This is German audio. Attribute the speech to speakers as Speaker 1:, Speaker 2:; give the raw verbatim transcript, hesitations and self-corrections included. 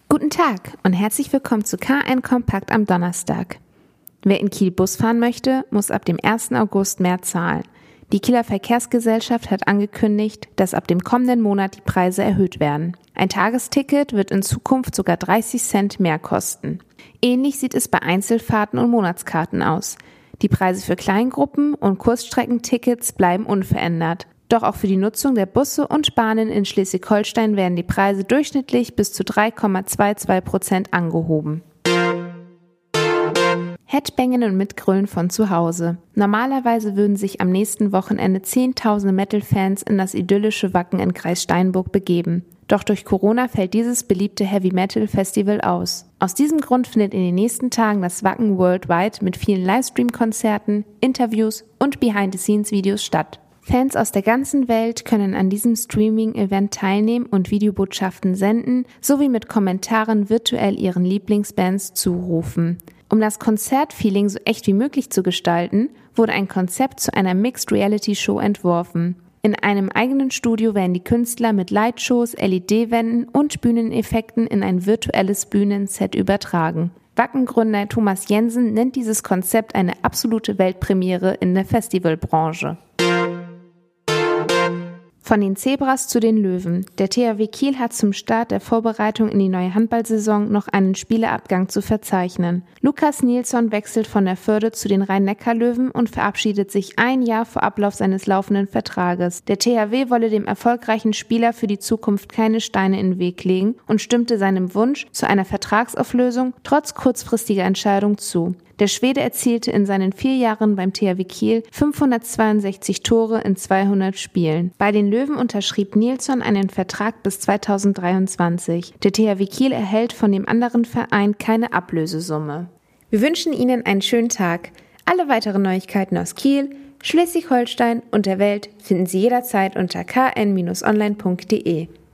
Speaker 1: Guten Tag und herzlich willkommen zu K N Kompakt am Donnerstag. Wer in Kiel Bus fahren möchte, muss ab dem ersten August mehr zahlen. Die Kieler Verkehrsgesellschaft hat angekündigt, dass ab dem kommenden Monat die Preise erhöht werden. Ein Tagesticket wird in Zukunft sogar dreißig Cent mehr kosten. Ähnlich sieht es bei Einzelfahrten und Monatskarten aus. Die Preise für Kleingruppen und Kurzstreckentickets bleiben unverändert. Doch auch für die Nutzung der Busse und Bahnen in Schleswig-Holstein werden die Preise durchschnittlich bis zu drei Komma zweiundzwanzig Prozent angehoben. Headbangen und Mitgrölen von zu Hause. Normalerweise würden sich am nächsten Wochenende Zehntausende Metal-Fans in das idyllische Wacken in Kreis Steinburg begeben. Doch durch Corona fällt dieses beliebte Heavy-Metal-Festival aus. Aus diesem Grund findet in den nächsten Tagen das Wacken Worldwide mit vielen Livestream-Konzerten, Interviews und Behind-the-Scenes-Videos statt. Fans aus der ganzen Welt können an diesem Streaming-Event teilnehmen und Videobotschaften senden, sowie mit Kommentaren virtuell ihren Lieblingsbands zurufen. Um das Konzertfeeling so echt wie möglich zu gestalten, wurde ein Konzept zu einer Mixed-Reality-Show entworfen. In einem eigenen Studio werden die Künstler mit Lightshows, L E D-Wänden und Bühneneffekten in ein virtuelles Bühnenset übertragen. Wacken-Gründer Thomas Jensen nennt dieses Konzept eine absolute Weltpremiere in der Festivalbranche. Von den Zebras zu den Löwen. Der T H W Kiel hat zum Start der Vorbereitung in die neue Handballsaison noch einen Spielerabgang zu verzeichnen. Lukas Nilsson wechselt von der Förde zu den Rhein-Neckar-Löwen und verabschiedet sich ein Jahr vor Ablauf seines laufenden Vertrages. Der T H W wolle dem erfolgreichen Spieler für die Zukunft keine Steine in den Weg legen und stimmte seinem Wunsch zu einer Vertragsauflösung trotz kurzfristiger Entscheidung zu. Der Schwede erzielte in seinen vier Jahren beim T H W Kiel fünfhundertzweiundsechzig Tore in zweihundert Spielen. Bei den Löwen unterschrieb Nilsson einen Vertrag bis zweitausenddreiundzwanzig. Der T H W Kiel erhält von dem anderen Verein keine Ablösesumme. Wir wünschen Ihnen einen schönen Tag. Alle weiteren Neuigkeiten aus Kiel, Schleswig-Holstein und der Welt finden Sie jederzeit unter k n Bindestrich online punkt d e.